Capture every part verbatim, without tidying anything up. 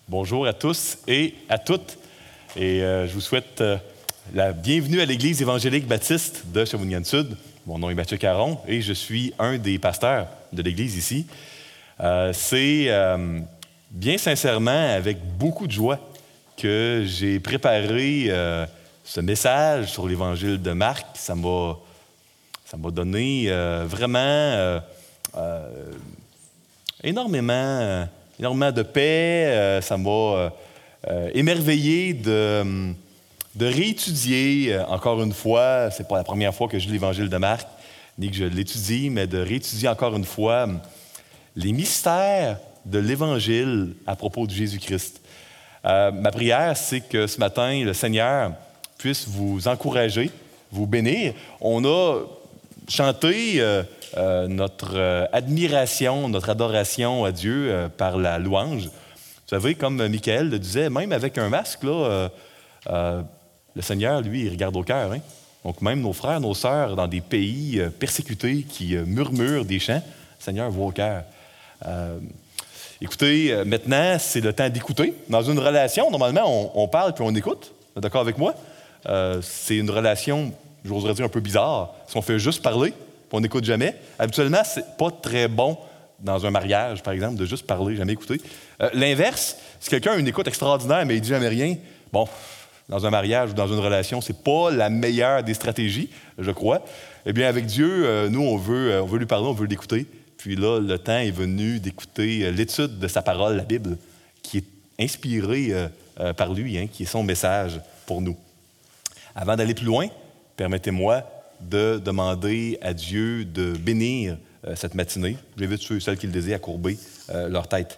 Bonjour à tous et à toutes. Et euh, je vous souhaite euh, la bienvenue à l'Église évangélique baptiste de Shawinigan-Sud. Mon nom est Mathieu Caron et je suis un des pasteurs de l'Église ici. Euh, c'est euh, bien sincèrement avec beaucoup de joie que j'ai préparé euh, ce message sur l'Évangile de Marc. Ça m'a, ça m'a donné euh, vraiment euh, euh, énormément... Euh, énormément de paix, euh, ça m'a euh, euh, émerveillé de, de réétudier, euh, encore une fois, c'est pas la première fois que je lis l'Évangile de Marc, ni que je l'étudie, mais de réétudier encore une fois euh, les mystères de l'Évangile à propos de Jésus-Christ. Euh, ma prière, c'est que ce matin, le Seigneur puisse vous encourager, vous bénir. On a chanté... Euh, Euh, notre euh, admiration, notre adoration à Dieu euh, par la louange. Vous savez, comme Michael le disait, même avec un masque, là, euh, euh, le Seigneur, lui, il regarde au cœur. Hein? Donc, même nos frères, nos sœurs dans des pays euh, persécutés qui euh, murmurent des chants, le Seigneur voit au cœur. Euh, écoutez, euh, maintenant, c'est le temps d'écouter. Dans une relation, normalement, on, on parle puis on écoute. Vous êtes d'accord avec moi? Euh, c'est une relation, j'oserais dire, un peu bizarre. Si on fait juste parler, on n'écoute jamais. Habituellement, c'est pas très bon dans un mariage, par exemple, de juste parler, jamais écouter. Euh, l'inverse, si quelqu'un a une écoute extraordinaire, mais il dit jamais rien, bon, dans un mariage ou dans une relation, c'est pas la meilleure des stratégies, je crois. Eh bien, avec Dieu, euh, nous, on veut, on veut lui parler, on veut l'écouter. Puis là, le temps est venu d'écouter l'étude de sa parole, la Bible, qui est inspirée euh, euh, par lui, hein, qui est son message pour nous. Avant d'aller plus loin, permettez-moi de demander à Dieu de bénir euh, cette matinée. J'invite ceux et celles qui le désirent à courber euh, leur tête.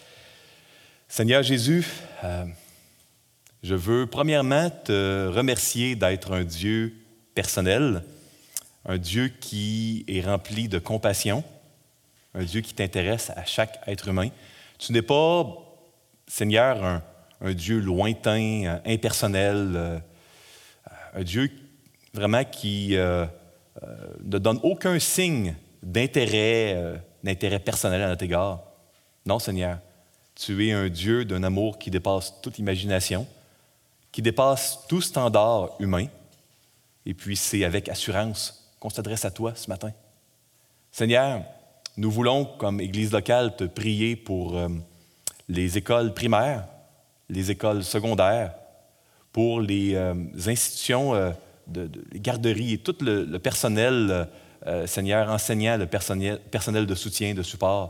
Seigneur Jésus, euh, je veux premièrement te remercier d'être un Dieu personnel, un Dieu qui est rempli de compassion, un Dieu qui t'intéresse à chaque être humain. Tu n'es pas, Seigneur, un, un Dieu lointain, impersonnel, euh, un Dieu qui vraiment qui euh, euh, ne donne aucun signe d'intérêt, euh, d'intérêt personnel à notre égard. Non, Seigneur, tu es un Dieu d'un amour qui dépasse toute imagination, qui dépasse tout standard humain. Et puis, c'est avec assurance qu'on s'adresse à toi ce matin. Seigneur, nous voulons, comme Église locale, te prier pour euh, les écoles primaires, les écoles secondaires, pour les euh, institutions euh, De, de, les garderies et tout le, le personnel, euh, Seigneur, enseignant, le personnel, personnel de soutien, de support.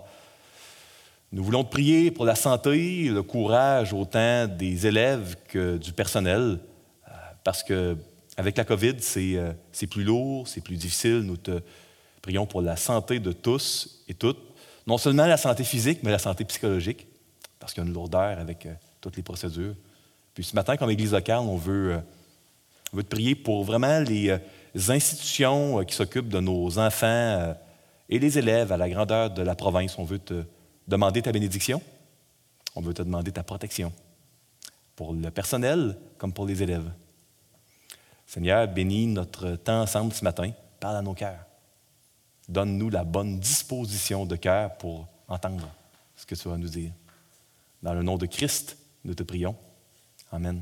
Nous voulons te prier pour la santé, le courage autant des élèves que du personnel, euh, parce qu'avec la COVID, c'est, euh, c'est plus lourd, c'est plus difficile. Nous te prions pour la santé de tous et toutes, non seulement la santé physique, mais la santé psychologique, parce qu'il y a une lourdeur avec euh, toutes les procédures. Puis ce matin, comme Église locale, on veut... Euh, On veut te prier pour vraiment les euh, institutions euh, qui s'occupent de nos enfants euh, et les élèves à la grandeur de la province. On veut te demander ta bénédiction. On veut te demander ta protection pour le personnel comme pour les élèves. Seigneur, bénis notre temps ensemble ce matin. Parle à nos cœurs. Donne-nous la bonne disposition de cœur pour entendre ce que tu vas nous dire. Dans le nom de Christ, nous te prions. Amen.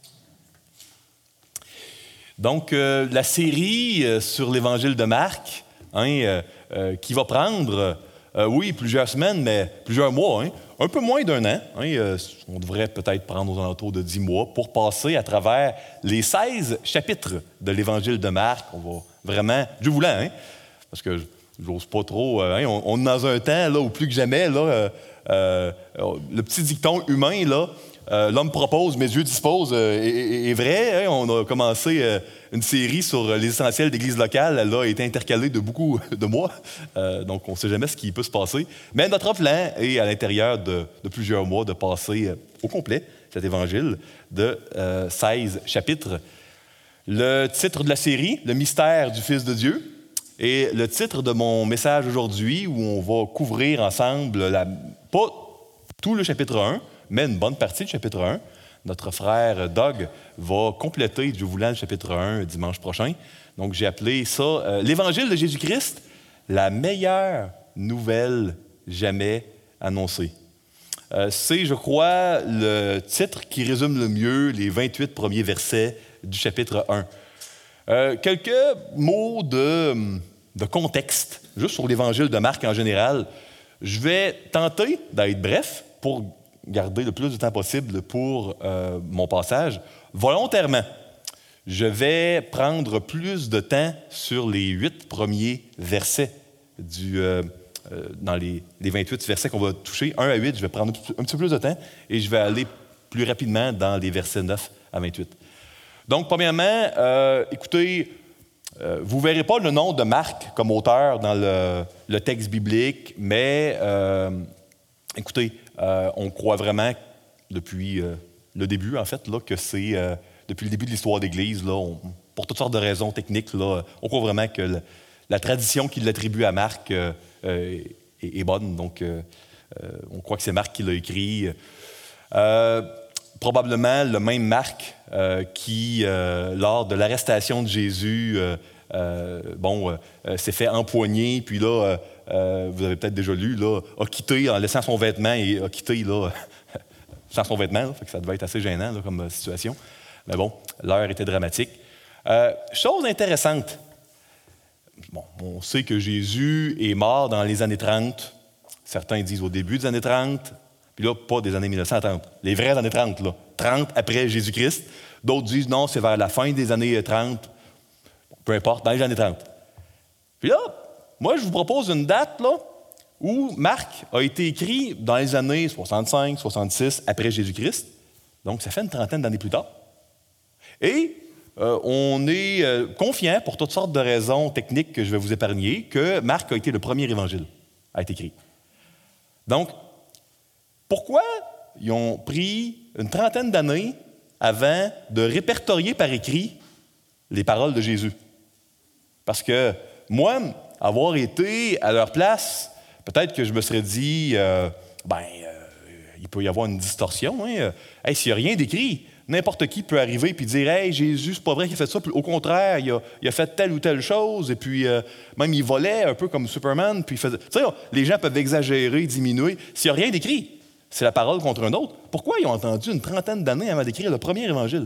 Donc, euh, la série euh, sur l'Évangile de Marc, hein, euh, euh, qui va prendre, euh, oui, plusieurs semaines, mais plusieurs mois, hein, un peu moins d'un an. Hein, euh, on devrait peut-être prendre aux alentours de dix mois pour passer à travers les seize chapitres de l'Évangile de Marc. On va vraiment, Dieu voulant, hein, parce que j'ose pas trop, euh, hein, on, on est dans un temps là, où plus que jamais, là, euh, euh, le petit dicton humain, là, Euh, l'homme propose, mais Dieu dispose, euh, est, est vrai. Hein? On a commencé euh, une série sur les essentiels d'Église locale. Elle a été intercalée de beaucoup de mois, euh, donc on ne sait jamais ce qui peut se passer. Mais notre plan est, à l'intérieur de, de plusieurs mois, de passer euh, au complet cet évangile de euh, seize chapitres. Le titre de la série, « Le mystère du Fils de Dieu », est le titre de mon message aujourd'hui, où on va couvrir ensemble, la, pas tout le chapitre un, mais une bonne partie du chapitre un. Notre frère Doug va compléter, Dieu voulant, le chapitre un dimanche prochain. Donc, j'ai appelé ça euh, « L'Évangile de Jésus-Christ, la meilleure nouvelle jamais annoncée ». euh, c'est, je crois, le titre qui résume le mieux les vingt-huit premiers versets du chapitre un. Euh, quelques mots de, de contexte, juste sur l'Évangile de Marc en général. Je vais tenter d'être bref pour garder le plus de temps possible pour euh, mon passage. Volontairement, je vais prendre plus de temps sur les huit premiers versets du, euh, euh, dans les, les vingt-huit versets qu'on va toucher. un à huit, je vais prendre un petit peu plus de temps et je vais aller plus rapidement dans les versets neuf à vingt-huit. Donc, premièrement, euh, écoutez, euh, vous ne verrez pas le nom de Marc comme auteur dans le, le texte biblique, mais euh, écoutez, euh, on croit vraiment depuis euh, le début, en fait, là, que c'est euh, depuis le début de l'histoire d'Église, là, on, pour toutes sortes de raisons techniques, là, on croit vraiment que le, la tradition qu'il attribue à Marc euh, euh, est, est bonne. Donc, euh, euh, on croit que c'est Marc qui l'a écrit. Euh, probablement le même Marc euh, qui, euh, lors de l'arrestation de Jésus, euh, euh, bon, euh, s'est fait empoigner, puis là, euh, euh, vous avez peut-être déjà lu, là, a quitté en laissant son vêtement et a quitté là, sans son vêtement. Là, fait que ça devait être assez gênant là, comme euh, situation. Mais bon, l'heure était dramatique. Euh, chose intéressante. Bon, on sait que Jésus est mort dans les années trente. Certains disent au début des années trente. Puis là, pas des années mille neuf cent trente. Les vraies années trente, là. trente après Jésus-Christ. D'autres disent non, c'est vers la fin des années trente. Peu importe, dans les années trente. Puis là, moi, je vous propose une date, là, où Marc a été écrit dans les années soixante-cinq, soixante-six après Jésus-Christ. Donc, ça fait une trentaine d'années plus tard. Et euh, on est euh, confiant, pour toutes sortes de raisons techniques que je vais vous épargner, que Marc a été le premier évangile à être écrit. Donc, pourquoi ils ont pris une trentaine d'années avant de répertorier par écrit les paroles de Jésus? Parce que moi, avoir été à leur place, peut-être que je me serais dit, euh, ben, euh, il peut y avoir une distorsion. Hein? Hey, s'il n'y a rien d'écrit, n'importe qui peut arriver et dire, hey, Jésus, c'est pas vrai qu'il a fait ça. Puis, au contraire, il a, il a fait telle ou telle chose. Et puis, euh, même, il volait un peu comme Superman. Puis, il faisait... Tu sais, les gens peuvent exagérer, diminuer. S'il n'y a rien d'écrit, c'est la parole contre un autre. Pourquoi ils ont attendu une trentaine d'années avant d'écrire le premier évangile?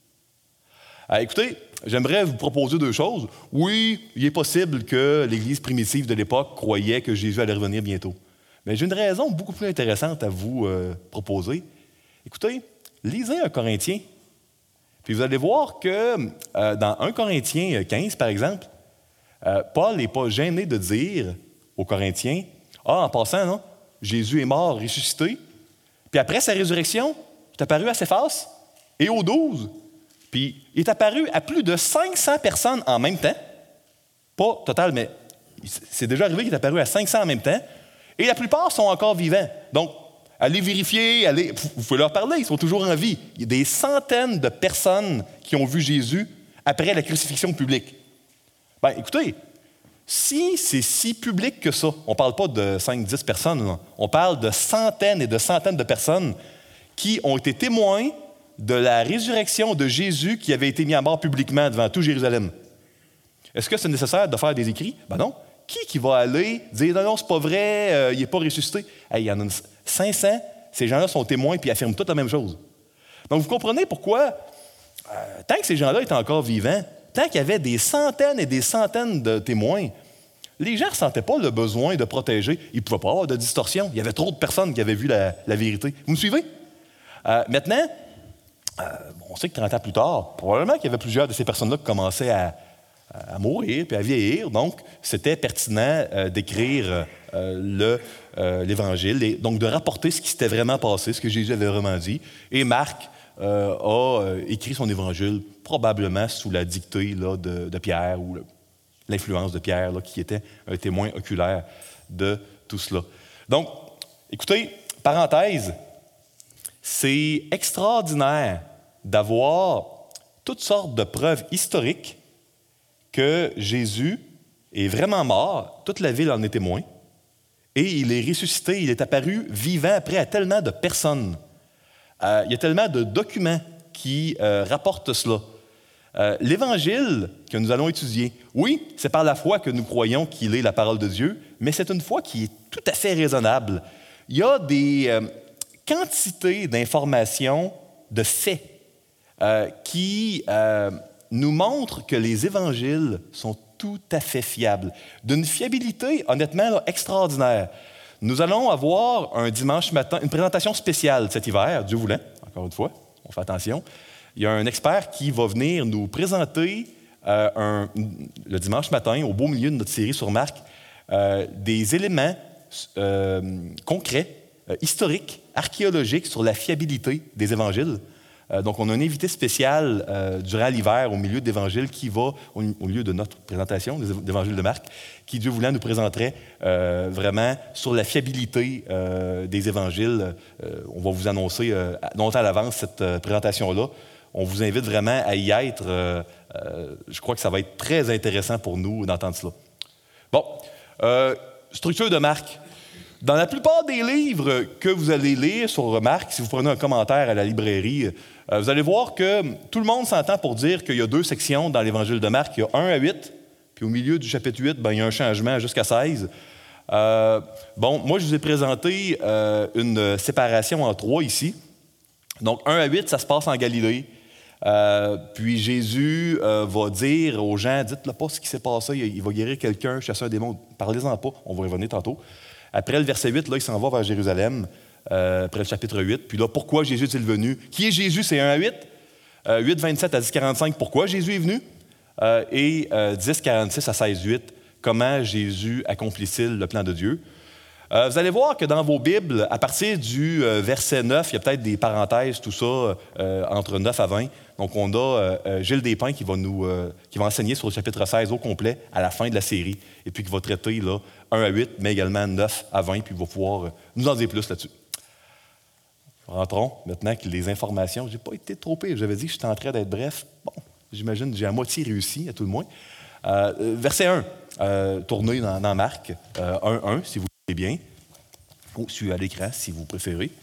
Alors, écoutez, j'aimerais vous proposer deux choses. Oui, il est possible que l'Église primitive de l'époque croyait que Jésus allait revenir bientôt. Mais j'ai une raison beaucoup plus intéressante à vous euh, proposer. Écoutez, lisez un Corinthien. Puis vous allez voir que euh, dans un Corinthiens quinze, par exemple, euh, Paul n'est pas gêné de dire aux Corinthiens, « Ah, en passant, non, Jésus est mort, ressuscité. Puis après sa résurrection, il est apparu à Céphas et aux douze. Puis il est apparu à plus de cinq cents personnes en même temps. Pas total, mais c'est déjà arrivé qu'il est apparu à cinq cents en même temps. Et la plupart sont encore vivants. Donc, allez vérifier, allez, vous pouvez leur parler, ils sont toujours en vie. Il y a des centaines de personnes qui ont vu Jésus après la crucifixion publique. Bien, écoutez, si c'est si public que ça, on ne parle pas de cinq dix personnes, non. On parle de centaines et de centaines de personnes qui ont été témoins de la résurrection de Jésus qui avait été mis à mort publiquement devant tout Jérusalem. Est-ce que c'est nécessaire de faire des écrits? Ben non. Qui qui va aller dire « Non, non, c'est pas vrai, euh, il n'est pas ressuscité? » Hey, il y en a cinq cents, ces gens-là sont témoins puis affirment toutes la même chose. Donc, vous comprenez pourquoi, euh, tant que ces gens-là étaient encore vivants, tant qu'il y avait des centaines et des centaines de témoins, les gens ne ressentaient pas le besoin de protéger. Il ne pouvait pas avoir de distorsion. Il y avait trop de personnes qui avaient vu la, la vérité. Vous me suivez? Euh, maintenant, euh, on sait que trente ans plus tard, probablement qu'il y avait plusieurs de ces personnes-là qui commençaient à, à mourir puis à vieillir. Donc, c'était pertinent euh, d'écrire euh, le, euh, l'Évangile et donc de rapporter ce qui s'était vraiment passé, ce que Jésus avait vraiment dit. Et Marc euh, a euh, écrit son Évangile probablement sous la dictée là, de, de Pierre ou le, l'influence de Pierre, là, qui était un témoin oculaire de tout cela. Donc, écoutez, parenthèse, c'est extraordinaire d'avoir toutes sortes de preuves historiques que Jésus est vraiment mort, toute la ville en est témoin, et il est ressuscité, il est apparu vivant après à tellement de personnes. Euh, il y a tellement de documents qui euh, rapportent cela. Euh, L'Évangile que nous allons étudier, oui, c'est par la foi que nous croyons qu'il est la parole de Dieu, mais c'est une foi qui est tout à fait raisonnable. Il y a des, euh, quantité d'informations, de faits, euh, qui euh, nous montrent que les évangiles sont tout à fait fiables, d'une fiabilité, honnêtement, là, extraordinaire. Nous allons avoir un dimanche matin, une présentation spéciale cet hiver, Dieu voulant, encore une fois, on fait attention. Il y a un expert qui va venir nous présenter euh, un, le dimanche matin, au beau milieu de notre série sur Marc, euh, des éléments euh, concrets, euh, historiques, archéologiques sur la fiabilité des évangiles. Euh, donc, on a un invité spécial euh, durant l'hiver au milieu d'Évangile qui va, au, au lieu de notre présentation d'Évangile de Marc, qui, Dieu voulant, nous présenterait euh, vraiment sur la fiabilité euh, des évangiles. Euh, on va vous annoncer euh, longtemps à l'avance cette euh, présentation-là. On vous invite vraiment à y être. Euh, euh, je crois que ça va être très intéressant pour nous d'entendre cela. Bon, euh, structure de Marc. Dans la plupart des livres que vous allez lire sur Marc, si vous prenez un commentaire à la librairie, euh, vous allez voir que tout le monde s'entend pour dire qu'il y a deux sections dans l'Évangile de Marc. Il y a un à huit, puis au milieu du chapitre huit, ben, il y a un changement jusqu'à seize. Euh, bon, moi, je vous ai présenté euh, une séparation en trois ici. Donc, un à huit, ça se passe en Galilée. Euh, puis Jésus euh, va dire aux gens, dites-le pas ce qui s'est passé, il, il va guérir quelqu'un, chasser un démon. Parlez-en pas, on va y revenir tantôt. Après le verset huit, là, il s'en va vers Jérusalem, euh, après le chapitre huit. Puis là, pourquoi Jésus est-il venu? Qui est Jésus? C'est un à huit. Euh, huit vingt-sept à dix quarante-cinq, pourquoi Jésus est venu? Euh, et euh, dix quarante-six à seize huit, comment Jésus accomplit-il le plan de Dieu? Euh, vous allez voir que dans vos Bibles, à partir du euh, verset neuf, il y a peut-être des parenthèses, tout ça, euh, entre neuf à vingt. Donc, on a euh, Gilles Despins qui va, nous, euh, qui va enseigner sur le chapitre seize au complet à la fin de la série, et puis qui va traiter là, un à huit, mais également neuf à vingt, puis il va pouvoir euh, nous en dire plus là-dessus. Rentrons maintenant que les informations. Je n'ai pas été trop pire. J'avais dit que j'étais en train d'être bref. Bon, j'imagine que j'ai à moitié réussi, à tout le moins. Euh, verset un, euh, tourné dans, dans Marc, euh, un un, si vous voulez bien. Ou sur à l'écran, si vous préférez.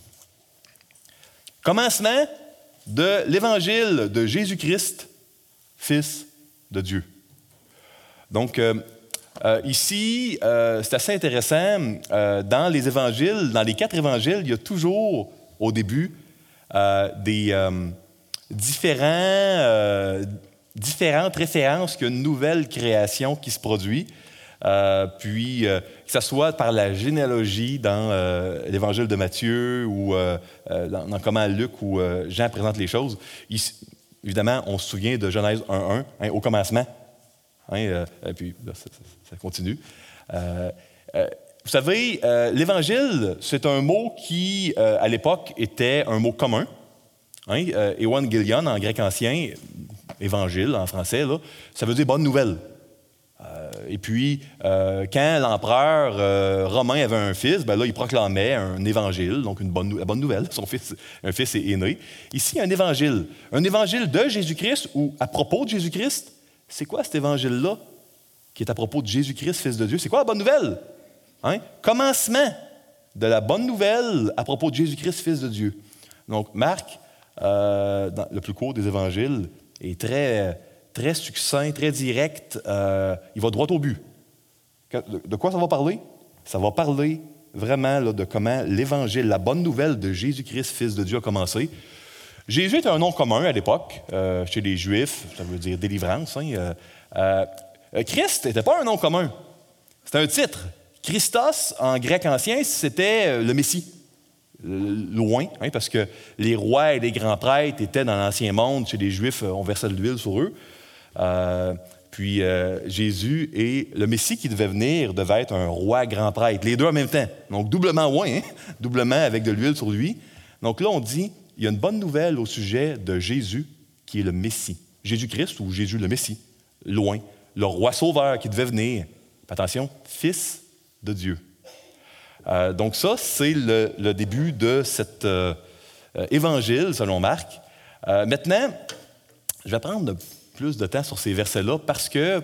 Commencement de l'Évangile de Jésus-Christ, Fils de Dieu. Donc, euh, euh, ici, euh, c'est assez intéressant. Euh, dans les évangiles, dans les quatre évangiles, il y a toujours, au début, euh, des euh, différents, euh, différentes références qu'il y a une nouvelle création qui se produit. Euh, puis, euh, que ce soit par la généalogie dans euh, l'Évangile de Matthieu ou euh, euh, dans, dans comment Luc ou euh, Jean présentent les choses. Ici, évidemment, on se souvient de Genèse un un, hein, au commencement. Hein, euh, et puis, là, ça, ça continue. Euh, euh, vous savez, euh, l'Évangile, c'est un mot qui, euh, à l'époque, était un mot commun. Hein, euh, Evangelion en grec ancien, évangile en français, là, ça veut dire bonne nouvelle. Euh, et puis, euh, quand l'empereur euh, romain avait un fils, ben là, il proclamait un évangile, donc une bonne, la bonne nouvelle. Son fils, un fils est, est né. Ici, un évangile. Un évangile de Jésus-Christ ou à propos de Jésus-Christ. C'est quoi cet évangile-là qui est à propos de Jésus-Christ, Fils de Dieu? C'est quoi la bonne nouvelle? Hein? Commencement de la bonne nouvelle à propos de Jésus-Christ, Fils de Dieu. Donc, Marc, euh, dans le plus court des évangiles, est très... très succinct, très direct, euh, il va droit au but. De quoi ça va parler? Ça va parler vraiment là, de comment l'Évangile, la bonne nouvelle de Jésus-Christ, Fils de Dieu, a commencé. Jésus était un nom commun à l'époque, euh, chez les Juifs, ça veut dire délivrance. Hein, euh, euh, Christ n'était pas un nom commun, c'était un titre. Christos, en grec ancien, c'était le Messie. Loin, hein, parce que les rois et les grands prêtres étaient dans l'Ancien Monde, chez les Juifs, on versait de l'huile sur eux. Euh, puis euh, Jésus et le Messie qui devait venir devait être un roi grand prêtre, les deux en même temps. Donc doublement loin, hein, doublement avec de l'huile sur lui. Donc là, on dit, il y a une bonne nouvelle au sujet de Jésus qui est le Messie. Jésus-Christ ou Jésus le Messie, loin. Le roi sauveur qui devait venir. Attention, Fils de Dieu. Euh, donc ça, c'est le, le début de cet euh, euh, évangile, selon Marc. Euh, maintenant, je vais prendre plus de temps sur ces versets-là parce que,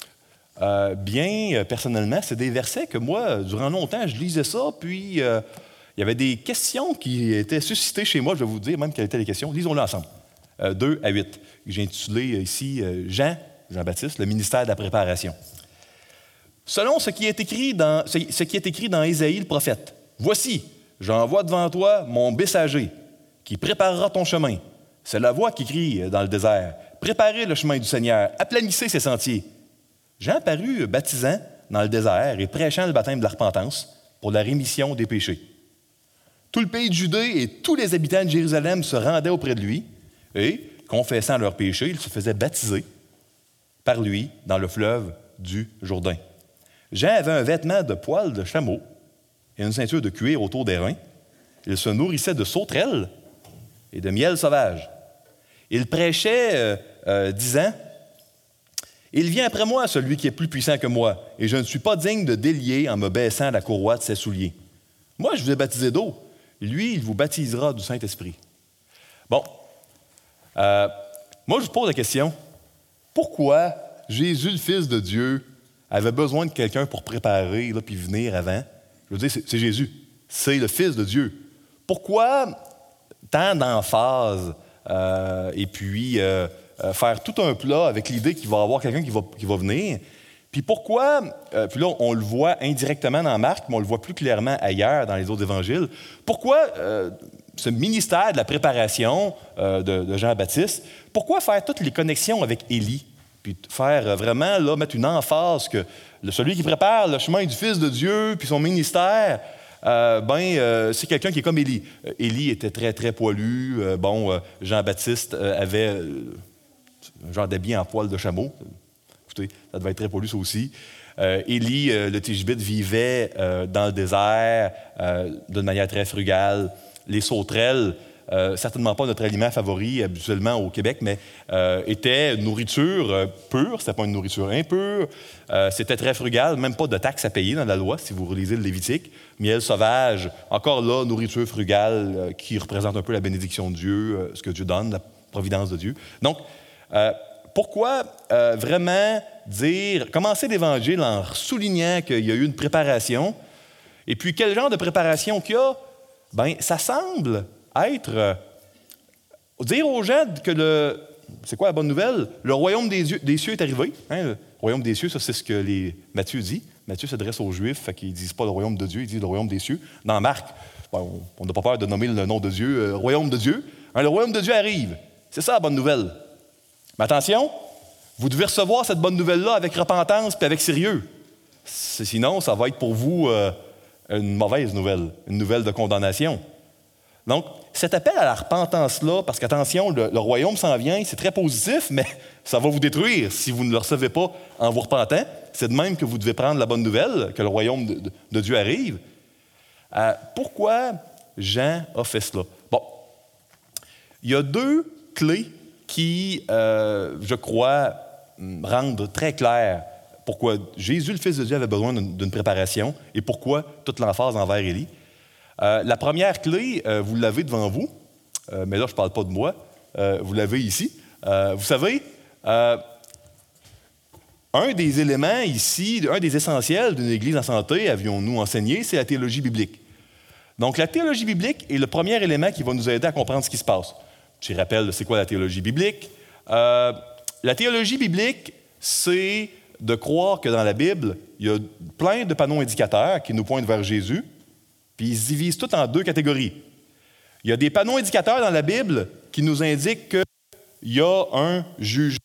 euh, bien euh, personnellement, c'est des versets que moi, durant longtemps, je lisais ça, puis euh, il y avait des questions qui étaient suscitées chez moi. Je vais vous dire même quelles étaient les questions. Lisons-les ensemble. Euh, deux à huit. J'ai intitulé ici euh, Jean, Jean-Baptiste, le ministère de la préparation. Selon ce qui est écrit dans, ce qui est écrit dans Ésaïe le prophète. Voici, J'envoie devant toi mon messager qui préparera ton chemin. C'est la voix qui crie dans le désert. Préparez le chemin du Seigneur, aplanissez ses sentiers. Jean parut baptisant dans le désert et prêchant le baptême de la repentance pour la rémission des péchés. Tout le pays de Judée et tous les habitants de Jérusalem se rendaient auprès de lui et, confessant leurs péchés, ils se faisaient baptiser par lui dans le fleuve du Jourdain. Jean avait un vêtement de poil de chameau et une ceinture de cuir autour des reins. Il se nourrissait de sauterelles et de miel sauvage. Il prêchait, euh, euh, disant, « Il vient après moi, celui qui est plus puissant que moi, et je ne suis pas digne de délier en me baissant la courroie de ses souliers. Moi, je vous ai baptisé d'eau. Lui, il vous baptisera du Saint-Esprit. » Bon, euh, moi, je vous pose la question, pourquoi Jésus, le Fils de Dieu, avait besoin de quelqu'un pour préparer, là, puis venir avant? Je veux dire, c'est, c'est Jésus, c'est le Fils de Dieu. Pourquoi tant d'emphase euh, et puis euh, euh, faire tout un plat avec l'idée qu'il va y avoir quelqu'un qui va, qui va venir? Puis pourquoi, euh, puis là, on le voit indirectement dans Marc, mais on le voit plus clairement ailleurs dans les autres évangiles, pourquoi euh, ce ministère de la préparation euh, de, de Jean-Baptiste, pourquoi faire toutes les connexions avec Élie? Puis faire vraiment, là, mettre une emphase que le, celui qui prépare le chemin du Fils de Dieu, puis son ministère, euh, ben, euh, c'est quelqu'un qui est comme Élie. Euh, Élie était très, très poilu. Euh, bon, euh, Jean-Baptiste euh, avait euh, un genre d'habit en poil de chameau. Écoutez, ça devait être très poilu, ça aussi. Euh, Élie, euh, le Tishbite, vivait euh, dans le désert euh, d'une manière très frugale. Les sauterelles, Euh, certainement pas notre aliment favori habituellement au Québec, mais euh, était une nourriture euh, pure, c'était pas une nourriture impure, euh, c'était très frugal, même pas de taxes à payer dans la loi, si vous relisez le Lévitique. Miel sauvage, encore là, nourriture frugale euh, qui représente un peu la bénédiction de Dieu, euh, ce que Dieu donne, la providence de Dieu. Donc, euh, pourquoi euh, vraiment dire, commencer l'Évangile en soulignant qu'il y a eu une préparation, et puis quel genre de préparation qu'il y a? Bien, ça semble être, euh, dire aux gens que le, c'est quoi la bonne nouvelle? Le royaume des, yeux, des cieux est arrivé. Hein? Le royaume des cieux, ça c'est ce que les, Matthieu dit. Matthieu s'adresse aux Juifs, fait qu'ils ne disent pas le royaume de Dieu, ils disent le royaume des cieux. Dans Marc, bon, on n'a pas peur de nommer le nom de Dieu, euh, royaume de Dieu. Hein, le royaume de Dieu arrive. C'est ça la bonne nouvelle. Mais attention, vous devez recevoir cette bonne nouvelle-là avec repentance et avec sérieux. C'est, sinon, ça va être pour vous euh, une mauvaise nouvelle, une nouvelle de condamnation. Donc, cet appel à la repentance-là, parce qu'attention, le, le royaume s'en vient, c'est très positif, mais ça va vous détruire si vous ne le recevez pas en vous repentant. C'est de même que vous devez prendre la bonne nouvelle, que le royaume de, de, de Dieu arrive. Euh, pourquoi Jean a fait cela? Bon, il y a deux clés qui, euh, je crois, rendent très clair pourquoi Jésus, le Fils de Dieu, avait besoin d'une, d'une préparation et pourquoi toute l'emphase envers Élie. Euh, la première clé, euh, vous l'avez devant vous, euh, mais là, je ne parle pas de moi, euh, vous l'avez ici. Euh, vous savez, euh, un des éléments ici, un des essentiels d'une Église en santé, avions-nous enseigné, c'est la théologie biblique. Donc, la théologie biblique est le premier élément qui va nous aider à comprendre ce qui se passe. Je rappelle, c'est quoi la théologie biblique? Euh, la théologie biblique, c'est de croire que dans la Bible, il y a plein de panneaux indicateurs qui nous pointent vers Jésus. Puis ils se divisent tous en deux catégories. Il y a des panneaux indicateurs dans la Bible qui nous indiquent qu'il y a un jugement,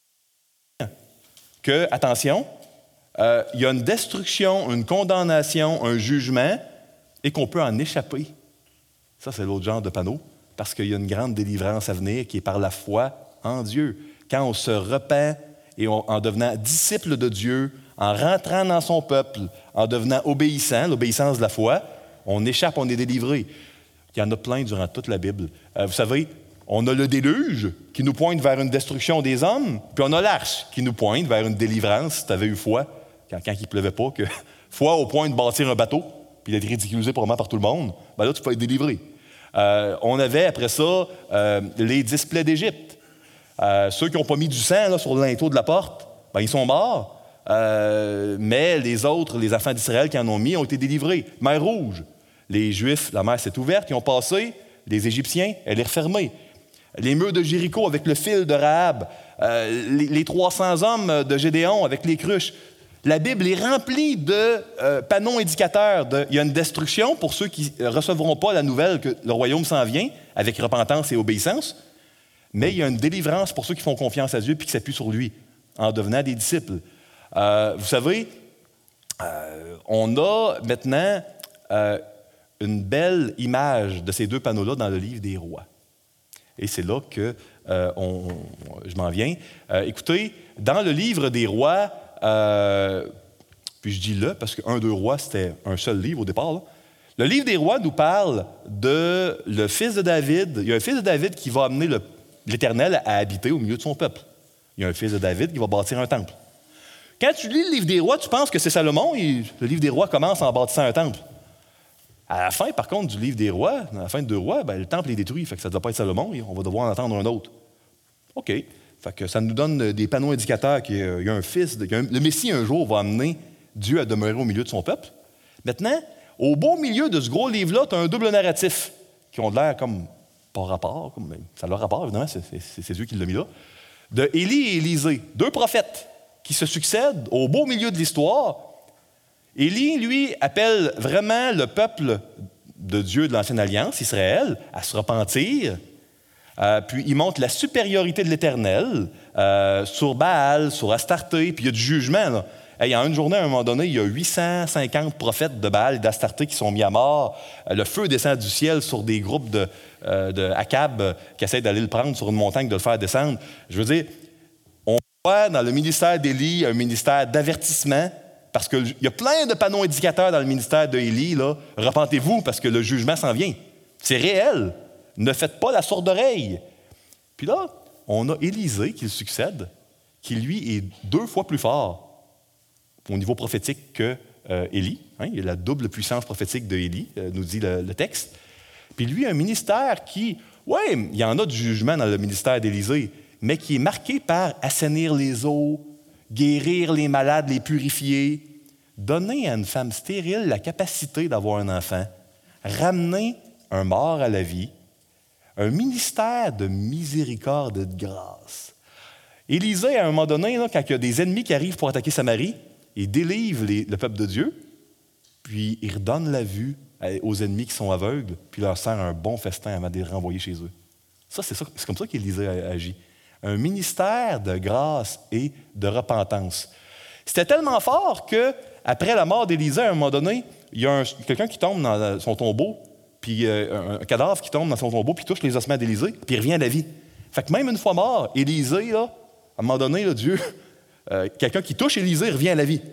que, attention, euh, il y a une destruction, une condamnation, un jugement, et qu'on peut en échapper. Ça, c'est l'autre genre de panneau, parce qu'il y a une grande délivrance à venir qui est par la foi en Dieu. Quand on se repent et on, en devenant disciple de Dieu, en rentrant dans son peuple, en devenant obéissant, l'obéissance de la foi, on échappe, on est délivré. Il y en a plein durant toute la Bible. Euh, vous savez, on a le déluge qui nous pointe vers une destruction des hommes, puis on a l'arche qui nous pointe vers une délivrance, si tu avais eu foi, quand, quand il ne pleuvait pas, que foi au point de bâtir un bateau, puis d'être ridiculisé probablement par tout le monde, ben là, tu peux être délivré. Euh, on avait, après ça, euh, les dix plaies d'Égypte. Euh, ceux qui n'ont pas mis du sang là, sur le linteau de la porte, ben, ils sont morts. Euh, mais les autres, les enfants d'Israël qui en ont mis, ont été délivrés. Mer Rouge. Les Juifs, la mer s'est ouverte, ils ont passé. Les Égyptiens, elle est refermée. Les murs de Jéricho avec le fil de Rahab. Euh, les, les trois cents hommes de Gédéon avec les cruches. La Bible est remplie de euh, panneaux indicateurs. De, il y a une destruction pour ceux qui ne recevront pas la nouvelle que le royaume s'en vient, avec repentance et obéissance. Mais il y a une délivrance pour ceux qui font confiance à Dieu et qui s'appuient sur lui, en devenant des disciples. Euh, vous savez, euh, on a maintenant euh, une belle image de ces deux panneaux-là dans le livre des rois. Et c'est là que euh, on, je m'en viens. Euh, écoutez, dans le livre des rois, euh, puis je dis « le » parce que un, deux rois, c'était un seul livre au départ. Là. Le livre des rois nous parle de le fils de David. Il y a un fils de David qui va amener le, l'Éternel à habiter au milieu de son peuple. Il y a un fils de David qui va bâtir un temple. Quand tu lis le livre des rois, tu penses que c'est Salomon et le livre des rois commence en bâtissant un temple. À la fin, par contre, du livre des rois, à la fin de deux rois, ben, le temple est détruit, fait que ça ne doit pas être Salomon, et on va devoir en attendre un autre. OK. Fait que ça nous donne des panneaux indicateurs qu'il y a un fils, de, un, le Messie un jour va amener Dieu à demeurer au milieu de son peuple. Maintenant, au beau milieu de ce gros livre-là, tu as un double narratif qui ont l'air comme pas rapport, comme, ça a leur rapport, évidemment, c'est, c'est, c'est Dieu qui l'a mis là, de Élie et Élisée, deux prophètes qui se succèdent au beau milieu de l'histoire. Élie, lui, appelle vraiment le peuple de Dieu de l'Ancienne Alliance, Israël, à se repentir. Euh, puis il montre la supériorité de l'Éternel euh, sur Baal, sur Astarté, puis il y a du jugement. Là. Hey, en une journée, à un moment donné, il y a huit cent cinquante prophètes de Baal et d'Astarté qui sont mis à mort. Euh, le feu descend du ciel sur des groupes de, euh, de Akab euh, qui essaient d'aller le prendre sur une montagne, de le faire descendre. Je veux dire, on voit dans le ministère d'Élie un ministère d'avertissement. Parce qu'il y a plein de panneaux indicateurs dans le ministère d'Élie, là. Repentez-vous parce que le jugement s'en vient. C'est réel. Ne faites pas la sourde oreille. Puis là, on a Élisée qui le succède, qui lui est deux fois plus fort au niveau prophétique que euh, Élie. Hein? Il y a la double puissance prophétique de Élie, euh, nous dit le, le texte. Puis lui a un ministère qui, oui, il y en a du jugement dans le ministère d'Élisée, mais qui est marqué par assainir les eaux, guérir les malades, les purifier, donner à une femme stérile la capacité d'avoir un enfant, ramener un mort à la vie, un ministère de miséricorde et de grâce. Élisée, à un moment donné, là, quand il y a des ennemis qui arrivent pour attaquer Samarie, il délivre les, le peuple de Dieu, puis il redonne la vue aux ennemis qui sont aveugles, puis leur sert un bon festin avant de les renvoyer chez eux. Ça, c'est, ça, c'est comme ça qu'Élisée agit. Un ministère de grâce et de repentance. C'était tellement fort qu'après la mort d'Élisée, à un moment donné, il y a un, quelqu'un qui tombe dans son tombeau, puis euh, un cadavre qui tombe dans son tombeau, puis touche les ossements d'Élisée, puis il revient à la vie. Fait que même une fois mort, Élisée, là, à un moment donné, là, Dieu, euh, quelqu'un qui touche Élisée revient à la vie.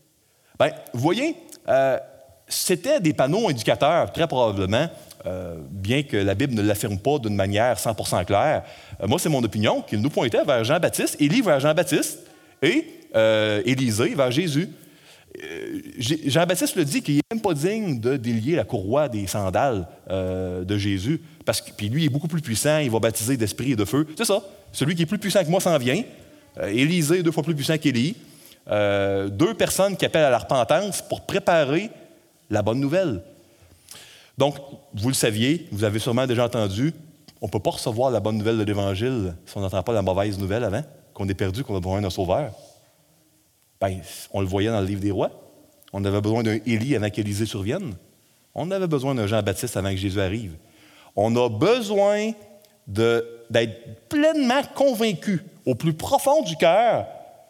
Bien, vous voyez, euh, c'était des panneaux indicateurs, très probablement, Euh, bien que la Bible ne l'affirme pas d'une manière cent pour cent claire. Euh, moi, c'est mon opinion, qu'il nous pointait vers Jean-Baptiste, Élie vers Jean-Baptiste et euh, Élisée vers Jésus. Euh, Jean-Baptiste le dit qu'il n'est même pas digne de délier la courroie des sandales euh, de Jésus, parce que puis lui il est beaucoup plus puissant, il va baptiser d'esprit et de feu. C'est ça, celui qui est plus puissant que moi s'en vient. Euh, Élisée, deux fois plus puissant qu'Élie. Euh, deux personnes qui appellent à la repentance pour préparer la bonne nouvelle. Donc, vous le saviez, vous avez sûrement déjà entendu, on ne peut pas recevoir la bonne nouvelle de l'Évangile si on n'entend pas la mauvaise nouvelle avant, qu'on est perdu, qu'on a besoin d'un sauveur. Bien, on le voyait dans le livre des rois. On avait besoin d'un Élie avant qu'Élisée survienne. On avait besoin d'un Jean-Baptiste avant que Jésus arrive. On a besoin de, d'être pleinement convaincu au plus profond du cœur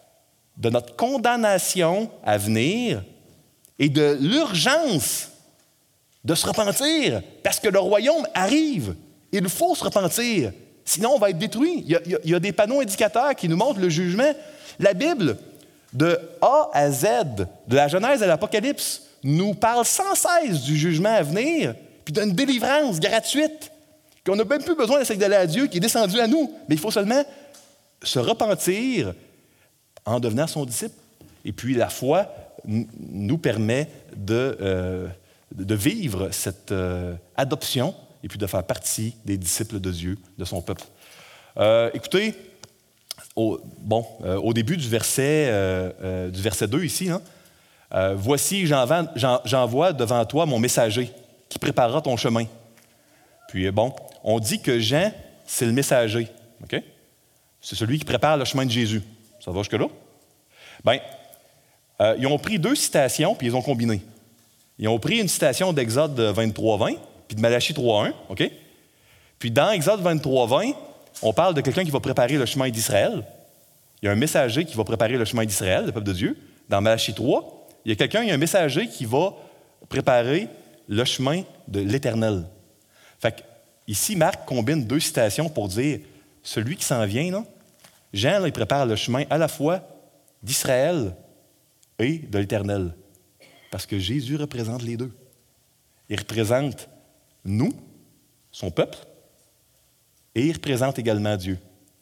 de notre condamnation à venir et de l'urgence de se repentir, parce que le royaume arrive. Il faut se repentir, sinon on va être détruit. Il y a, il y a, il y a des panneaux indicateurs qui nous montrent le jugement. La Bible, de A à Z, de la Genèse à l'Apocalypse, nous parle sans cesse du jugement à venir, puis d'une délivrance gratuite, qu'on n'a même plus besoin d'essayer d'aller à Dieu, qui est descendu à nous. Mais il faut seulement se repentir en devenant son disciple. Et puis la foi n- nous permet de... Euh, de vivre cette euh, adoption et puis de faire partie des disciples de Dieu, de son peuple. Euh, écoutez, au, bon, euh, au début du verset, euh, euh, du verset deux ici, hein, euh, « Voici, j'envoie, j'en, j'envoie devant toi mon messager qui préparera ton chemin. » Puis bon, on dit que Jean, c'est le messager. Okay? C'est celui qui prépare le chemin de Jésus. Ça va jusque-là? Bien, Euh, ils ont pris deux citations, puis ils les ont combinées. Ils ont pris une citation d'Exode vingt-trois vingt, puis de Malachie trois un, OK? Puis dans Exode vingt-trois vingt, on parle de quelqu'un qui va préparer le chemin d'Israël. Il y a un messager qui va préparer le chemin d'Israël, le peuple de Dieu. Dans Malachie trois, il y a quelqu'un, il y a un messager qui va préparer le chemin de l'Éternel. Fait que, ici, Marc combine deux citations pour dire celui qui s'en vient, non? Jean, là, il prépare le chemin à la fois d'Israël et de l'Éternel. Parce que Jésus représente les deux. Il représente nous, son peuple, et il représente également Dieu.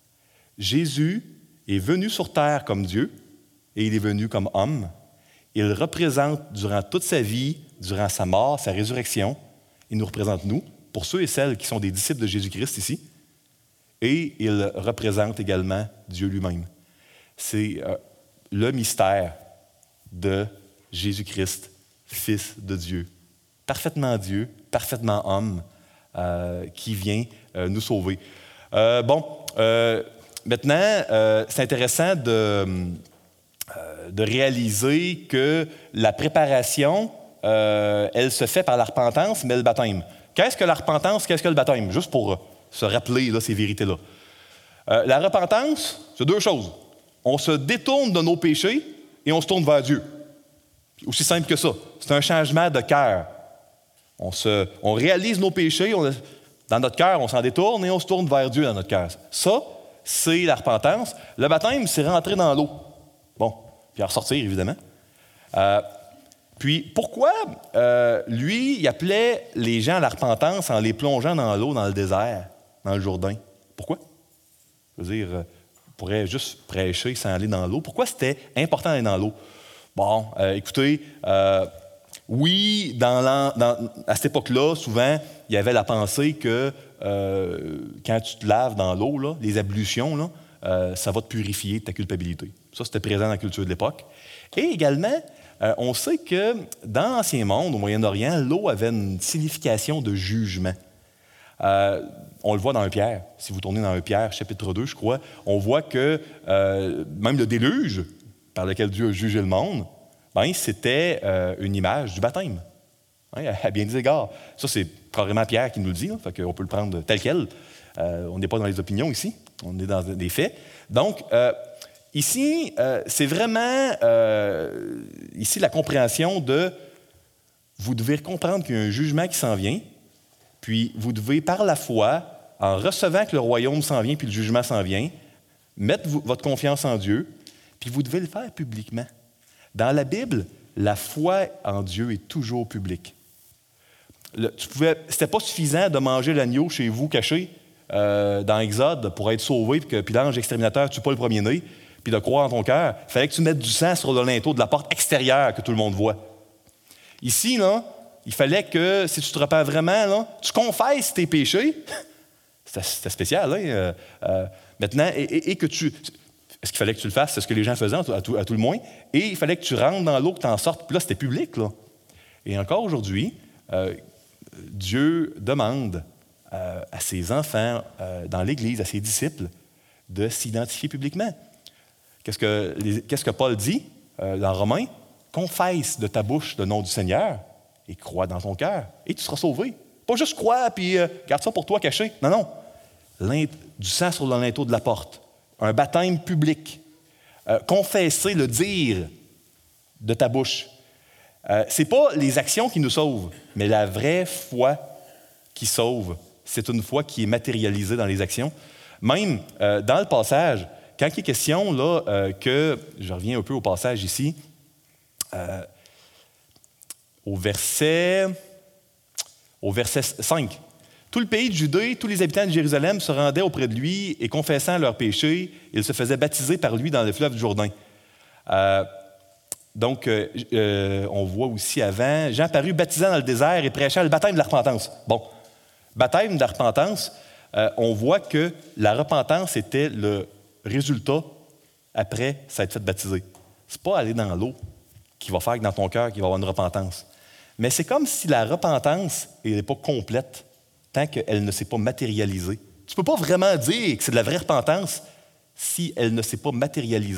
Jésus est venu sur terre comme Dieu et il est venu comme homme. Il représente durant toute sa vie, durant sa mort, sa résurrection, il nous représente nous, pour ceux et celles qui sont des disciples de Jésus-Christ ici, et il représente également Dieu lui-même. C'est euh, le mystère de Jésus-Christ, Fils de Dieu, parfaitement Dieu, parfaitement homme, euh, qui vient euh, nous sauver. Euh, bon, euh, maintenant, euh, c'est intéressant de, euh, de réaliser que la préparation, euh, elle se fait par la repentance, mais le baptême. Qu'est-ce que la repentance, qu'est-ce que le baptême? Juste pour euh, se rappeler là, ces vérités-là. Euh, la repentance, c'est deux choses. On se détourne de nos péchés et on se tourne vers Dieu. Aussi simple que ça. C'est un changement de cœur. On, se, on réalise nos péchés, on, dans notre cœur, on s'en détourne et on se tourne vers Dieu dans notre cœur. Ça, c'est la repentance. Le baptême, c'est rentrer dans l'eau. Bon, puis en ressortir, évidemment. Euh, puis, pourquoi euh, lui, il appelait les gens à la repentance en les plongeant dans l'eau, dans le désert, dans le Jourdain? Pourquoi? Je veux dire, on pourrait juste prêcher sans aller dans l'eau. Pourquoi c'était important d'aller dans l'eau? Bon, euh, écoutez, euh, oui, dans dans, à cette époque-là, souvent, il y avait la pensée que euh, quand tu te laves dans l'eau, là, les ablutions, là, euh, ça va te purifier de ta culpabilité. Ça, c'était présent dans la culture de l'époque. Et également, euh, on sait que dans l'Ancien Monde, au Moyen-Orient, l'eau avait une signification de jugement. Euh, on le voit dans un Pierre. Si vous tournez dans un Pierre, chapitre deux, je crois, on voit que euh, même le déluge, par lequel Dieu a jugé le monde, ben, c'était euh, une image du baptême. Hein, à bien des égards. Ça, c'est carrément Pierre qui nous le dit, hein, fait qu'on peut le prendre tel quel. Euh, on n'est pas dans les opinions ici, on est dans des faits. Donc, euh, ici, euh, c'est vraiment euh, ici la compréhension de vous devez comprendre qu'il y a un jugement qui s'en vient, puis vous devez, par la foi, en recevant que le royaume s'en vient puis le jugement s'en vient, mettre vous, votre confiance en Dieu, puis vous devez le faire publiquement. Dans la Bible, la foi en Dieu est toujours publique. Le, tu pouvais, c'était pas suffisant de manger l'agneau chez vous caché euh, dans Exode pour être sauvé, puis que puis l'ange exterminateur ne tue pas le premier-né, puis de croire en ton cœur. Il fallait que tu mettes du sang sur le linteau de la porte extérieure que tout le monde voit. Ici, là, il fallait que, si tu te repens vraiment, là, tu confesses tes péchés. C'était, c'était spécial, hein? Euh, euh, maintenant, et, et, et que tu... Est-ce qu'il fallait que tu le fasses? C'est ce que les gens faisaient, à tout, à tout, à tout le moins. Et il fallait que tu rentres dans l'eau, que tu en sortes. Puis là, c'était public, là. Et encore aujourd'hui, euh, Dieu demande euh, à ses enfants, euh, dans l'Église, à ses disciples, de s'identifier publiquement. Qu'est-ce que, les, qu'est-ce que Paul dit euh, dans Romains? Confesse de ta bouche le nom du Seigneur et crois dans ton cœur, et tu seras sauvé. Pas juste croire, puis euh, garde ça pour toi caché. Non, non. L'int- du sang sur le linteau de la porte. Un baptême public. Euh, confesser, le dire de ta bouche. Euh, ce n'est pas les actions qui nous sauvent, mais la vraie foi qui sauve. C'est une foi qui est matérialisée dans les actions. Même euh, dans le passage, quand il est question là, euh, que, je reviens un peu au passage ici, euh, au verset, au verset cinq. Tout le pays de Judée, tous les habitants de Jérusalem se rendaient auprès de lui et confessant leurs péchés, ils se faisaient baptiser par lui dans le fleuve du Jourdain. Euh, donc, euh, euh, on voit aussi avant, Jean parut baptisant dans le désert et prêchant le baptême de la repentance. Bon, baptême de la repentance, euh, on voit que la repentance était le résultat après s'être fait baptiser. Ce n'est pas aller dans l'eau qui va faire que dans ton cœur qu'il va y avoir une repentance. Mais c'est comme si la repentance n'est pas complète tant qu'elle ne s'est pas matérialisée. Tu ne peux pas vraiment dire que c'est de la vraie repentance si elle ne s'est pas matérialisée.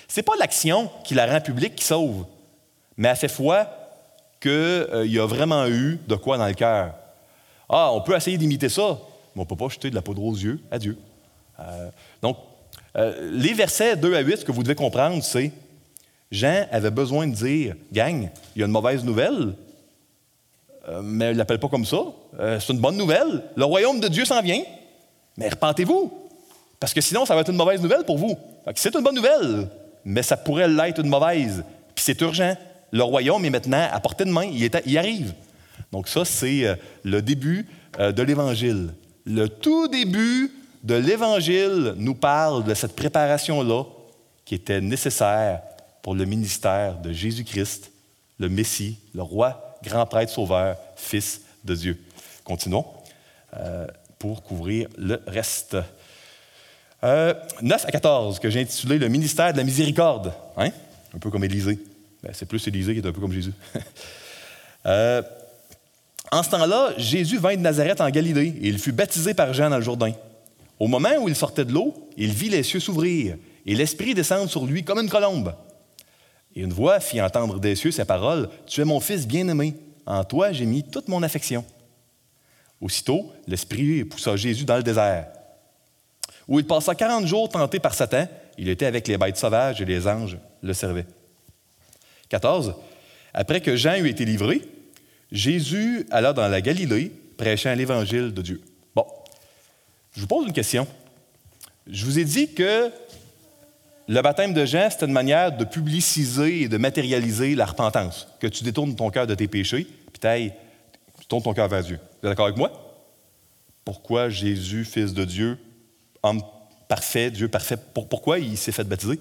Ce n'est pas l'action qui la rend publique qui sauve, mais elle fait foi qu'il euh, y a vraiment eu de quoi dans le cœur. Ah, on peut essayer d'imiter ça, mais on ne peut pas jeter de la poudre aux yeux à Dieu. Euh, donc, euh, les versets deux à huit, ce que vous devez comprendre, c'est Jean avait besoin de dire « Gang, il y a une mauvaise nouvelle, euh, mais il ne l'appelle pas comme ça. Euh, c'est une bonne nouvelle. Le royaume de Dieu s'en vient, mais repentez-vous, parce que sinon, ça va être une mauvaise nouvelle pour vous. C'est une bonne nouvelle, mais ça pourrait l'être une mauvaise. Puis c'est urgent. Le royaume est maintenant à portée de main, il, est à, il arrive. » Donc ça, c'est euh, le début euh, de l'Évangile. Le tout début de l'Évangile nous parle de cette préparation-là qui était nécessaire pour le ministère de Jésus-Christ, le Messie, le roi, grand prêtre sauveur, fils de Dieu. Continuons euh, pour couvrir le reste. Euh, neuf à quatorze, que j'ai intitulé « Le ministère de la miséricorde hein? ». Un peu comme Élisée. Ben, c'est plus Élisée qui est un peu comme Jésus. euh, en ce temps-là, Jésus vint de Nazareth en Galilée et il fut baptisé par Jean dans le Jourdain. Au moment où il sortait de l'eau, il vit les cieux s'ouvrir et l'Esprit descendre sur lui comme une colombe. Et une voix fit entendre des cieux ces paroles, « Tu es mon Fils bien-aimé, en toi j'ai mis toute mon affection. » Aussitôt, l'Esprit poussa Jésus dans le désert, où il passa quarante jours tenté par Satan. Il était avec les bêtes sauvages et les anges le servaient. quatorze. Après que Jean eut été livré, Jésus alla dans la Galilée, prêchant l'Évangile de Dieu. Bon, je vous pose une question. Je vous ai dit que le baptême de Jean, c'était une manière de publiciser et de matérialiser la repentance, que tu détournes ton cœur de tes péchés, puis tu tournes ton cœur vers Dieu. Vous êtes d'accord avec moi? Pourquoi Jésus, Fils de Dieu, homme parfait, Dieu parfait, pour, pourquoi il s'est fait baptiser?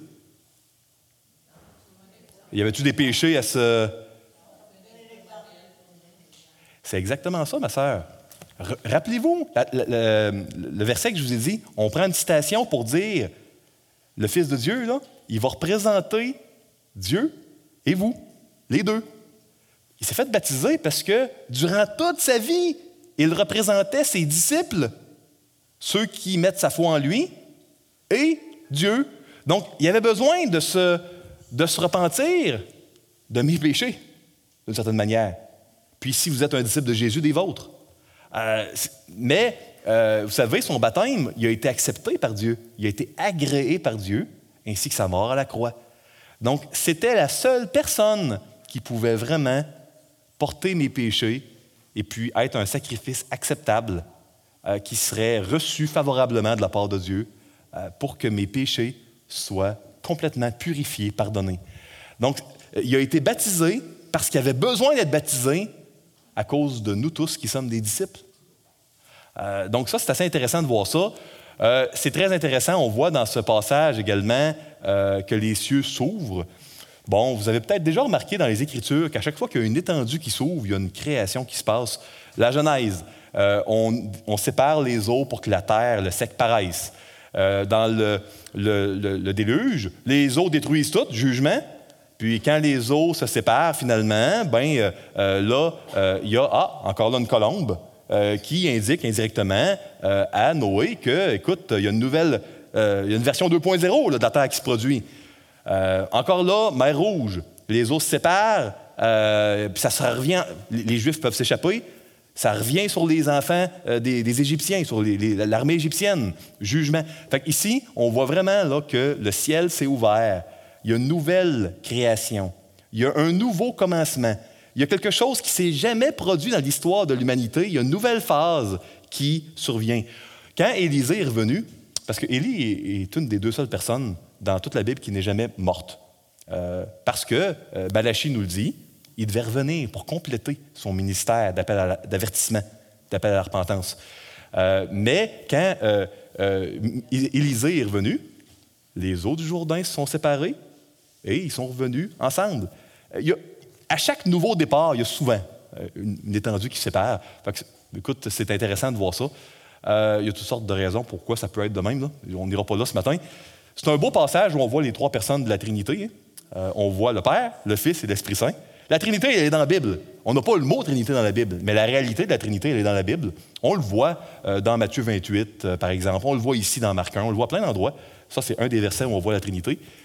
Y avait-tu des péchés à se... C'est exactement ça, ma sœur. R- rappelez-vous, la, la, la, le verset que je vous ai dit, on prend une citation pour dire le Fils de Dieu, là, il va représenter Dieu et vous, les deux. Il s'est fait baptiser parce que durant toute sa vie, il représentait ses disciples, ceux qui mettent sa foi en lui, et Dieu. Donc, il avait besoin de se, de se repentir de mes péchés, d'une certaine manière. Puis, si vous êtes un disciple de Jésus, des vôtres. Euh, mais, euh, vous savez, son baptême, il a été accepté par Dieu. Il a été agréé par Dieu, ainsi que sa mort à la croix. Donc, c'était la seule personne qui pouvait vraiment porter mes péchés et puis être un sacrifice acceptable euh, qui serait reçu favorablement de la part de Dieu euh, pour que mes péchés soient complètement purifiés, pardonnés. Donc, il a été baptisé parce qu'il avait besoin d'être baptisé à cause de nous tous qui sommes des disciples. Euh, donc ça, c'est assez intéressant de voir ça. Euh, c'est très intéressant, on voit dans ce passage également euh, que les cieux s'ouvrent. Bon, vous avez peut-être déjà remarqué dans les Écritures qu'à chaque fois qu'il y a une étendue qui s'ouvre, il y a une création qui se passe. La Genèse, euh, on, on sépare les eaux pour que la terre, le sec paraisse. Euh, dans le, le, le, le déluge, les eaux détruisent tout, jugement. Puis quand les eaux se séparent finalement, ben euh, euh, là, euh, il y a, ah, encore là une colombe euh, qui indique indirectement euh, à Noé que, écoute, il y a une nouvelle, euh, il y a une version deux point zéro là, de la terre qui se produit. Euh, encore là, mer Rouge, les eaux se séparent, euh, puis ça se revient, les, les Juifs peuvent s'échapper, ça revient sur les enfants euh, des, des Égyptiens, sur les, les, l'armée égyptienne, jugement. Fait qu'ici, on voit vraiment là, que le ciel s'est ouvert. Il y a une nouvelle création. Il y a un nouveau commencement. Il y a quelque chose qui ne s'est jamais produit dans l'histoire de l'humanité. Il y a une nouvelle phase qui survient. Quand Élisée est revenu, parce qu'Élie est, est une des deux seules personnes dans toute la Bible qui n'est jamais morte, euh, parce que euh, Malachie nous le dit, il devait revenir pour compléter son ministère d'appel à la, d'avertissement, d'appel à la repentance. Euh, mais quand euh, euh, Élisée est revenu, les eaux du Jourdain se sont séparées et ils sont revenus ensemble. Il y a, à chaque nouveau départ, il y a souvent une, une étendue qui se sépare. Fait que, écoute, c'est intéressant de voir ça. Euh, il y a toutes sortes de raisons pourquoi ça peut être de même. Là. On n'ira pas là ce matin. C'est un beau passage où on voit les trois personnes de la Trinité. Euh, on voit le Père, le Fils et l'Esprit Saint. La Trinité, elle est dans la Bible. On n'a pas le mot Trinité dans la Bible, mais la réalité de la Trinité, elle est dans la Bible. On le voit euh, dans Matthieu vingt-huit, euh, par exemple. On le voit ici dans Marc un. On le voit à plein d'endroits. Ça, c'est un des versets où on voit la Trinité.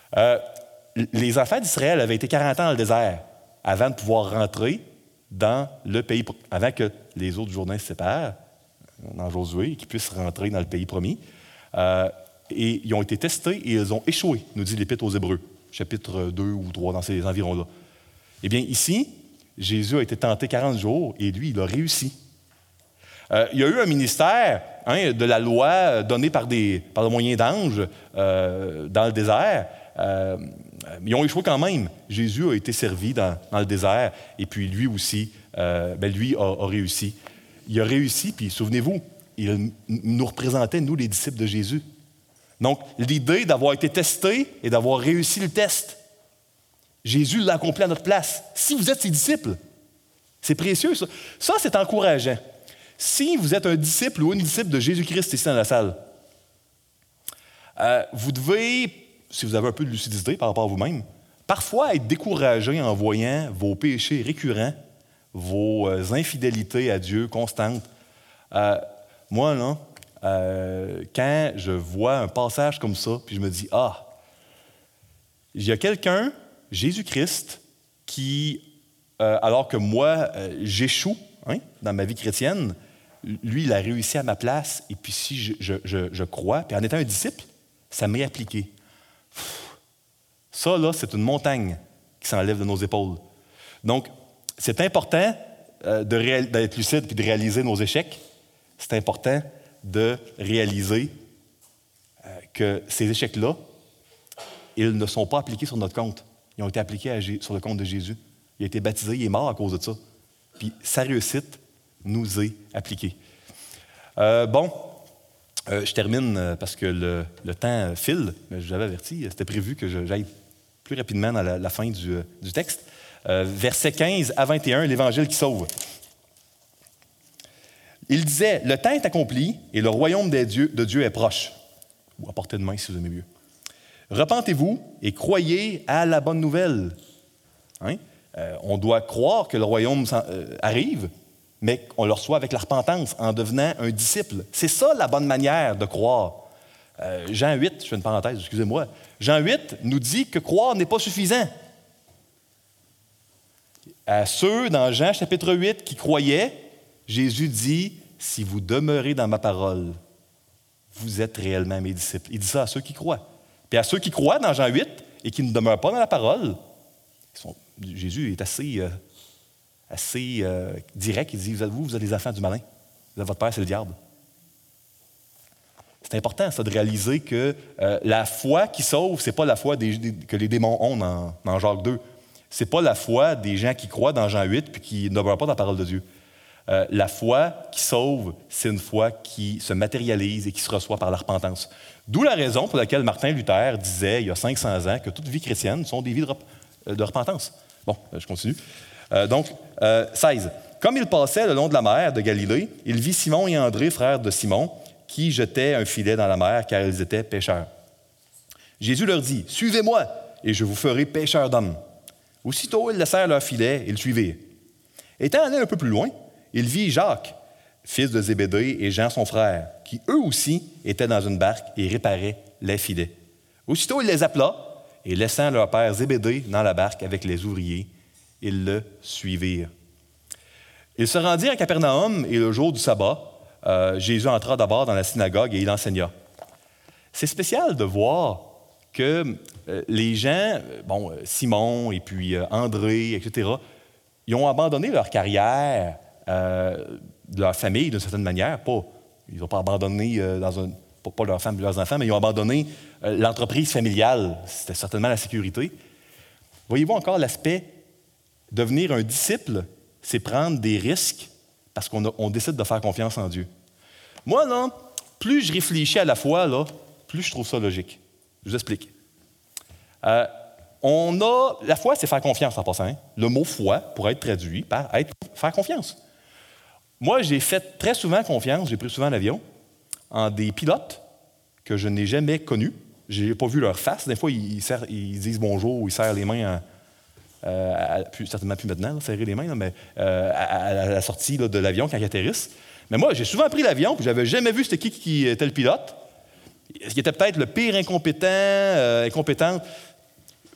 Euh, les enfants d'Israël avaient été quarante ans dans le désert avant de pouvoir rentrer dans le pays, avant que les eaux du Jourdain se séparent, dans Josué, et qu'ils puissent rentrer dans le pays promis. Euh, et ils ont été testés et ils ont échoué, nous dit l'Épître aux Hébreux, chapitre deux ou trois, dans ces environs-là. Eh bien, ici, Jésus a été tenté quarante jours et lui, il a réussi. Euh, il y a eu un ministère hein, de la loi donné par, des, par le moyen d'anges euh, dans le désert. Euh, ils ont échoué quand même. Jésus a été servi dans, dans le désert et puis lui aussi, euh, ben lui a, a réussi. Il a réussi, puis souvenez-vous, il nous représentait, nous, les disciples de Jésus. Donc, l'idée d'avoir été testé et d'avoir réussi le test, Jésus l'a accompli à notre place. Si vous êtes ses disciples, c'est précieux, ça. Ça, c'est encourageant. Si vous êtes un disciple ou une disciple de Jésus-Christ ici dans la salle, euh, vous devez, si vous avez un peu de lucidité par rapport à vous-même, parfois être découragé en voyant vos péchés récurrents, vos euh, infidélités à Dieu constantes. Euh, moi, là, euh, quand je vois un passage comme ça, puis je me dis, ah, il y a quelqu'un, Jésus-Christ, qui, euh, alors que moi, euh, j'échoue hein, dans ma vie chrétienne, lui, il a réussi à ma place, et puis si je, je, je, je crois, puis en étant un disciple, ça m'est appliqué. Ça, là, c'est une montagne qui s'enlève de nos épaules. Donc, c'est important euh, de réal- d'être lucide et de réaliser nos échecs. C'est important de réaliser euh, que ces échecs-là, ils ne sont pas appliqués sur notre compte. Ils ont été appliqués à G- sur le compte de Jésus. Il a été baptisé, il est mort à cause de ça. Puis sa réussite nous est appliquée. Euh, bon, euh, je termine euh, parce que le, le temps file, mais je vous avais averti, c'était prévu que je, j'aille plus rapidement dans la, la fin du, euh, du texte. Euh, versets quinze à vingt et un, l'Évangile qui sauve. Il disait, « Le temps est accompli et le royaume des dieux, de Dieu est proche. » Ou à portée de main, si vous aimez mieux. « Repentez-vous et croyez à la bonne nouvelle. Hein? » Euh, on doit croire que le royaume euh, arrive, mais qu'on le reçoit avec la repentance, en devenant un disciple. C'est ça la bonne manière de croire. Euh, Jean huit, je fais une parenthèse, excusez-moi. Jean huit nous dit que croire n'est pas suffisant. À ceux, dans Jean chapitre huit, qui croyaient, Jésus dit, « Si vous demeurez dans ma parole, vous êtes réellement mes disciples. » Il dit ça à ceux qui croient. Puis à ceux qui croient dans Jean huit et qui ne demeurent pas dans la parole, ils sont, Jésus est assez, euh, assez euh, direct. Il dit, vous êtes, vous, vous êtes des enfants du malin. Vous êtes votre père, c'est le diable. C'est important, ça, de réaliser que euh, la foi qui sauve, ce n'est pas la foi des, des, que les démons ont dans, dans Jacques deux. Ce n'est pas la foi des gens qui croient dans Jean huit puis qui ne demeurent pas dans la parole de Dieu. Euh, la foi qui sauve, c'est une foi qui se matérialise et qui se reçoit par la repentance. D'où la raison pour laquelle Martin Luther disait, il y a cinq cents ans, que toute vie chrétienne sont des vies de, rep- de repentance. Bon, je continue. Euh, donc, euh, seize. Comme il passait le long de la mer de Galilée, il vit Simon et André, frères de Simon, qui jetaient un filet dans la mer, car ils étaient pêcheurs. Jésus leur dit, « Suivez-moi, et je vous ferai pêcheurs d'hommes. » Aussitôt, ils laissèrent leur filet et le suivirent. Étant allé un peu plus loin, il vit Jacques, fils de Zébédée, et Jean, son frère, qui eux aussi étaient dans une barque et réparaient les filets. Aussitôt, il les appela, et laissant leur père Zébédée dans la barque avec les ouvriers, ils le suivirent. Ils se rendirent à Capernaum, et le jour du sabbat, euh, Jésus entra d'abord dans la synagogue et il enseigna. C'est spécial de voir que euh, les gens, bon, Simon et puis euh, André, et cetera, ils ont abandonné leur carrière, euh, de leur famille d'une certaine manière. Pas, ils n'ont pas abandonné euh, dans un, pas, pas leurs femmes et leurs enfants, mais ils ont abandonné euh, l'entreprise familiale. C'était certainement la sécurité. Voyez-vous encore l'aspect, devenir un disciple, c'est prendre des risques parce qu'on a, on décide de faire confiance en Dieu. Moi, là, plus je réfléchis à la foi, là, plus je trouve ça logique. Je vous explique. Euh, on a, la foi, c'est faire confiance en passant. Hein? Le mot foi pourrait être traduit par être, faire confiance. Moi, j'ai fait très souvent confiance, j'ai pris souvent l'avion, en des pilotes que je n'ai jamais connus. Je n'ai pas vu leur face. Des fois, ils, serrent, ils disent bonjour ou ils serrent les mains, à, euh, à, plus, certainement plus maintenant, là, serrer les mains, là, mais euh, à, à la sortie là, de l'avion quand ils atterrissent. Mais moi, j'ai souvent pris l'avion, puis je n'avais jamais vu c'était qui qui était le pilote. Ce qui était peut-être le pire incompétent, euh, incompétent.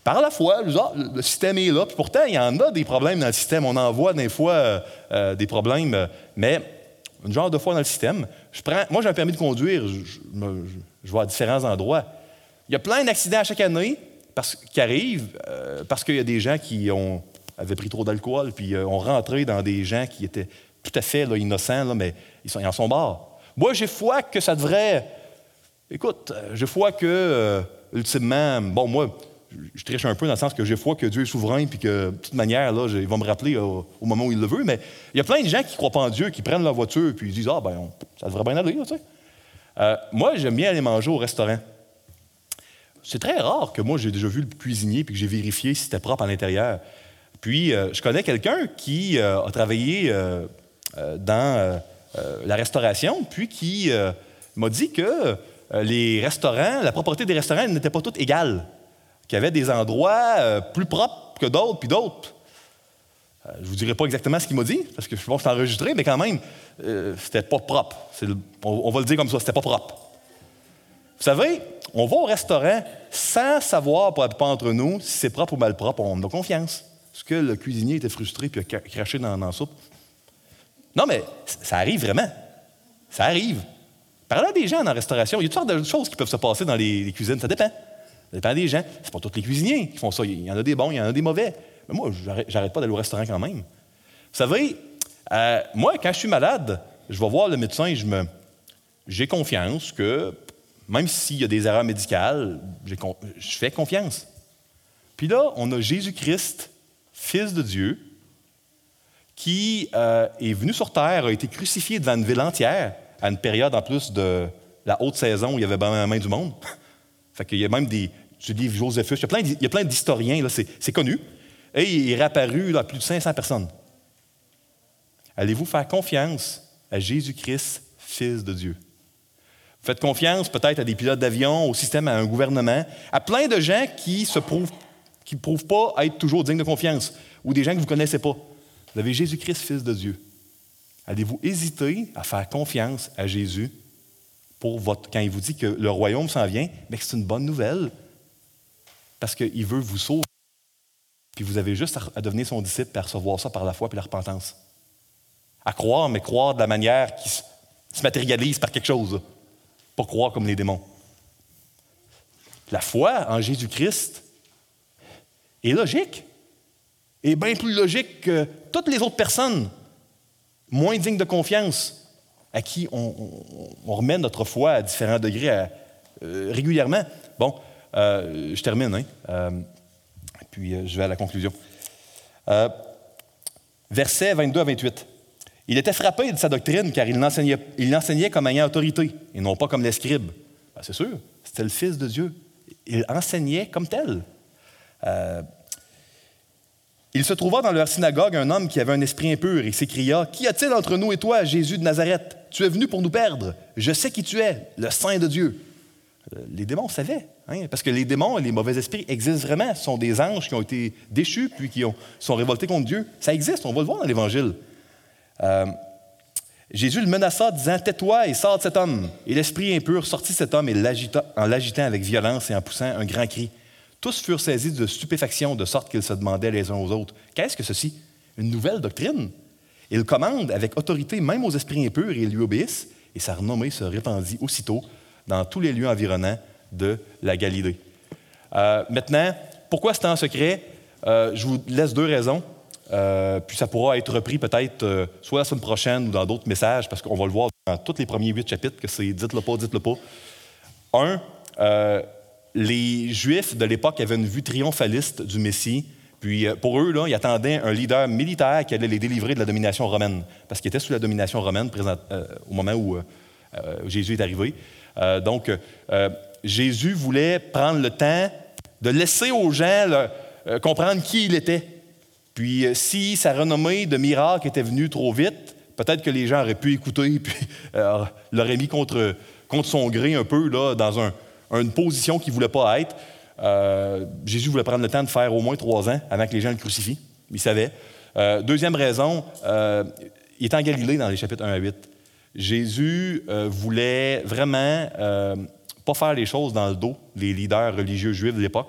par la foi, ah, le système est là. Puis pourtant, il y en a des problèmes dans le système. On en voit des fois euh, euh, des problèmes, euh, mais une genre de foi dans le système. Je prends, moi, j'ai un permis de conduire. Je, je, me, je, je vais à différents endroits. Il y a plein d'accidents à chaque année parce, qui arrivent euh, parce qu'il y a des gens qui ont, avaient pris trop d'alcool puis euh, ont rentré dans des gens qui étaient tout à fait là, innocents, là, mais ils, sont, ils en sont morts. Moi, j'ai foi que ça devrait... Écoute, j'ai foi que, euh, ultimement, bon, moi, je triche un peu dans le sens que j'ai foi que Dieu est souverain puis que, de toute manière, là, il va me rappeler euh, au moment où il le veut, mais il y a plein de gens qui ne croient pas en Dieu, qui prennent leur voiture puis ils disent « Ah, ben, on, ça devrait bien aller, là, tu sais. Euh, » Moi, j'aime bien aller manger au restaurant. C'est très rare que moi, j'ai déjà vu le cuisinier puis que j'ai vérifié si c'était propre à l'intérieur. Puis, euh, je connais quelqu'un qui euh, a travaillé euh, euh, dans euh, euh, la restauration, puis qui euh, m'a dit que euh, les restaurants, la propreté des restaurants n'était pas toute égale, qu'il y avait des endroits euh, plus propres que d'autres, puis d'autres. Euh, je ne vous dirai pas exactement ce qu'il m'a dit, parce que je pense que c'est enregistré, mais quand même, euh, c'était pas propre. C'est le, on, on va le dire comme ça, c'était pas propre. Vous savez, on va au restaurant sans savoir, pour la plupart d'entre nous, si c'est propre ou mal propre, on a confiance. Est-ce que le cuisinier était frustré puis a craché dans, dans la soupe? Non, mais ça arrive vraiment. Ça arrive. Parlant des gens dans la restauration, il y a toutes sortes de choses qui peuvent se passer dans les, les cuisines. Ça dépend. Ça dépend des gens. C'est pas tous les cuisiniers qui font ça. Il y en a des bons, il y en a des mauvais. Mais moi, j'arrête, j'arrête pas d'aller au restaurant quand même. Vous savez, euh, moi, quand je suis malade, je vais voir le médecin et je me, j'ai confiance que, même s'il y a des erreurs médicales, j'ai, je fais confiance. Puis là, on a Jésus-Christ, Fils de Dieu, qui euh, est venu sur terre, a été crucifié devant une ville entière, à une période en plus de la haute saison où il y avait bien la main du monde. Fait qu'il y a même des... Je lis Joséphus, il y a plein, il y a plein d'historiens, là, c'est, c'est connu. Et il est réapparu là, à plus de cinq cents personnes. Allez-vous faire confiance à Jésus-Christ, Fils de Dieu? Vous faites confiance peut-être à des pilotes d'avion, au système, à un gouvernement, à plein de gens qui se prouvent, qui ne prouvent pas être toujours dignes de confiance, ou des gens que vous ne connaissez pas. Vous avez Jésus-Christ, Fils de Dieu. Allez-vous hésiter à faire confiance à Jésus pour votre, quand il vous dit que le royaume s'en vient, mais que c'est une bonne nouvelle parce qu'il veut vous sauver. Puis vous avez juste à, à devenir son disciple et à recevoir ça par la foi et la repentance. À croire, mais croire de la manière qui se, se matérialise par quelque chose. Là. Pas croire comme les démons. La foi en Jésus-Christ est logique. Est bien plus logique que toutes les autres personnes moins dignes de confiance à qui on, on, on remet notre foi à différents degrés à, euh, régulièrement. Bon, euh, je termine, hein, euh, puis euh, je vais à la conclusion. Euh, versets vingt-deux à vingt-huit. Il était frappé de sa doctrine car il l'enseignait, il l'enseignait comme ayant autorité et non pas comme les scribes. Ben, c'est sûr, c'était le Fils de Dieu. Il enseignait comme tel. Euh, Il se trouva dans leur synagogue un homme qui avait un esprit impur et s'écria « Qu'y a-t-il entre nous et toi, Jésus de Nazareth? Tu es venu pour nous perdre. Je sais qui tu es, le Saint de Dieu. » Les démons savaient, hein, parce que les démons et les mauvais esprits existent vraiment. Ce sont des anges qui ont été déchus puis qui ont, sont révoltés contre Dieu. Ça existe, on va le voir dans l'Évangile. Euh, Jésus le menaça, disant « Tais-toi et sors de cet homme. » Et l'esprit impur sortit de cet homme et l'agita, en l'agitant avec violence et en poussant un grand cri. Tous furent saisis de stupéfaction, de sorte qu'ils se demandaient les uns aux autres, « Qu'est-ce que ceci? Une nouvelle doctrine? » Il commande avec autorité même aux esprits impurs et ils lui obéissent, et sa renommée se répandit aussitôt dans tous les lieux environnants de la Galilée. Euh, maintenant, pourquoi c'est en secret? Euh, je vous laisse deux raisons, euh, puis ça pourra être repris peut-être euh, soit la semaine prochaine ou dans d'autres messages, parce qu'on va le voir dans tous les premiers huit chapitres, que c'est « dites-le pas, dites-le pas ». Un, euh, les Juifs de l'époque avaient une vue triomphaliste du Messie. Puis pour eux, là, ils attendaient un leader militaire qui allait les délivrer de la domination romaine, parce qu'ils étaient sous la domination romaine présent, euh, au moment où euh, euh, Jésus est arrivé. Euh, donc, euh, Jésus voulait prendre le temps de laisser aux gens là, euh, comprendre qui il était. Puis euh, si sa renommée de miracle était venue trop vite, peut-être que les gens auraient pu écouter, puis euh, l'auraient mis contre, contre son gré un peu là, dans un une position qu'il ne voulait pas être. Euh, Jésus voulait prendre le temps de faire au moins trois ans avant que les gens le crucifient. Il savait. Euh, deuxième raison, euh, il est en Galilée dans les chapitres un à huit. Jésus euh, voulait vraiment euh, pas faire les choses dans le dos, les leaders religieux juifs de l'époque,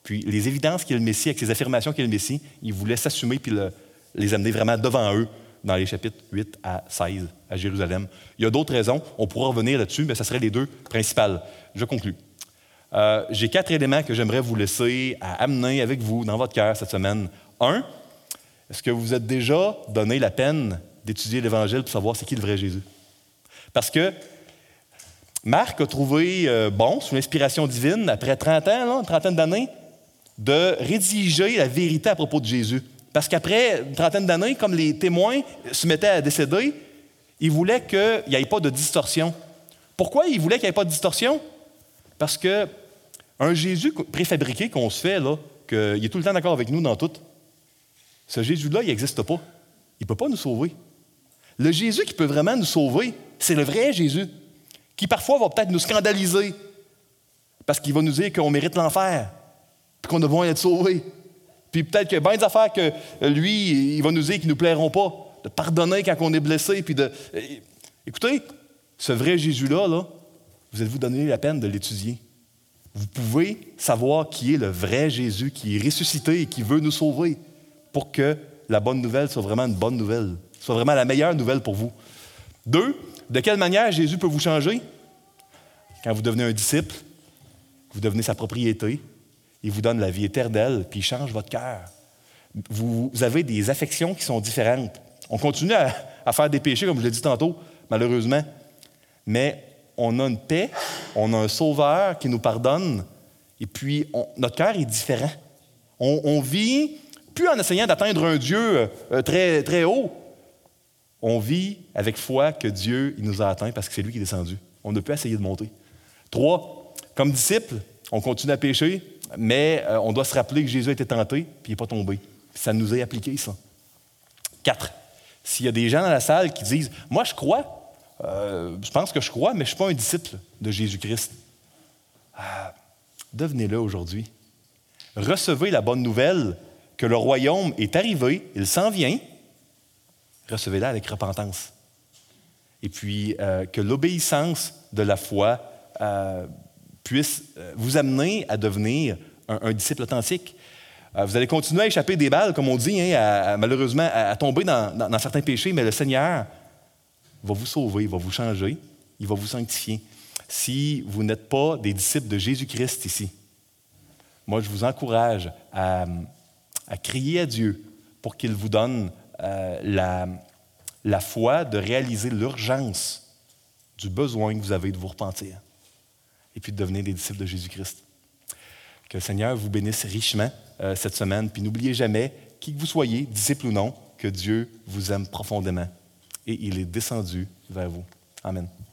Puis les évidences qu'il est le Messie, avec ses affirmations qu'il est le Messie, il voulait s'assumer puis le, les amener vraiment devant eux dans les chapitres huit à seize à Jérusalem. Il y a d'autres raisons, on pourra revenir là-dessus, mais ce seraient les deux principales. Je conclus. Euh, j'ai quatre éléments que j'aimerais vous laisser à amener avec vous dans votre cœur cette semaine. Un, est-ce que vous vous êtes déjà donné la peine d'étudier l'Évangile pour savoir c'est qui le vrai Jésus? Parce que Marc a trouvé euh, bon, sous l'inspiration divine, après trente ans, là, une trentaine d'années, de rédiger la vérité à propos de Jésus. Parce qu'après une trentaine d'années, comme les témoins se mettaient à décéder, il voulait qu'il n'y ait pas de distorsion. Pourquoi il voulait qu'il n'y ait pas de distorsion? Parce que un Jésus préfabriqué qu'on se fait, là, qu'il est tout le temps d'accord avec nous dans tout, ce Jésus-là, il n'existe pas. Il ne peut pas nous sauver. Le Jésus qui peut vraiment nous sauver, c'est le vrai Jésus, qui parfois va peut-être nous scandaliser, parce qu'il va nous dire qu'on mérite l'enfer, puis qu'on devrait être sauvé. Puis peut-être qu'il y a bien des affaires que lui, il va nous dire qui ne nous plairont pas, de pardonner quand on est blessé, puis de... Écoutez, ce vrai Jésus-là, là, vous êtes-vous donné la peine de l'étudier? Vous pouvez savoir qui est le vrai Jésus, qui est ressuscité et qui veut nous sauver, pour que la bonne nouvelle soit vraiment une bonne nouvelle, soit vraiment la meilleure nouvelle pour vous. Deux, de quelle manière Jésus peut vous changer? Quand vous devenez un disciple, vous devenez sa propriété, il vous donne la vie éternelle, puis il change votre cœur. Vous, vous avez des affections qui sont différentes. On continue à, à faire des péchés, comme je l'ai dit tantôt, malheureusement, mais on a une paix, on a un sauveur qui nous pardonne, et puis on, notre cœur est différent. On, on vit, plus en essayant d'atteindre un Dieu euh, très, très haut, on vit avec foi que Dieu il nous a atteints parce que c'est lui qui est descendu. On ne peut essayer de monter. Trois, comme disciple, on continue à pécher, mais euh, on doit se rappeler que Jésus a été tenté, puis il n'est pas tombé. Ça nous est appliqué, ça. Quatre, s'il y a des gens dans la salle qui disent « Moi, je crois, euh, je pense que je crois, mais je ne suis pas un disciple de Jésus-Christ. Ah, » devenez-le aujourd'hui. Recevez la bonne nouvelle que le royaume est arrivé, il s'en vient. Recevez-la avec repentance. Et puis, euh, que l'obéissance de la foi euh, puisse euh, vous amener à devenir un, un disciple authentique. Euh, vous allez continuer à échapper des balles, comme on dit, hein, à, à, malheureusement, à, à tomber dans, dans, dans certains péchés, mais le Seigneur va vous sauver, il va vous changer, il va vous sanctifier. Si vous n'êtes pas des disciples de Jésus-Christ ici, moi, je vous encourage à, à crier à Dieu pour qu'il vous donne euh, la, la foi de réaliser l'urgence du besoin que vous avez de vous repentir et puis de devenir des disciples de Jésus-Christ. Que le Seigneur vous bénisse richement euh, cette semaine. Puis n'oubliez jamais, qui que vous soyez, disciple ou non, que Dieu vous aime profondément et il est descendu vers vous. Amen.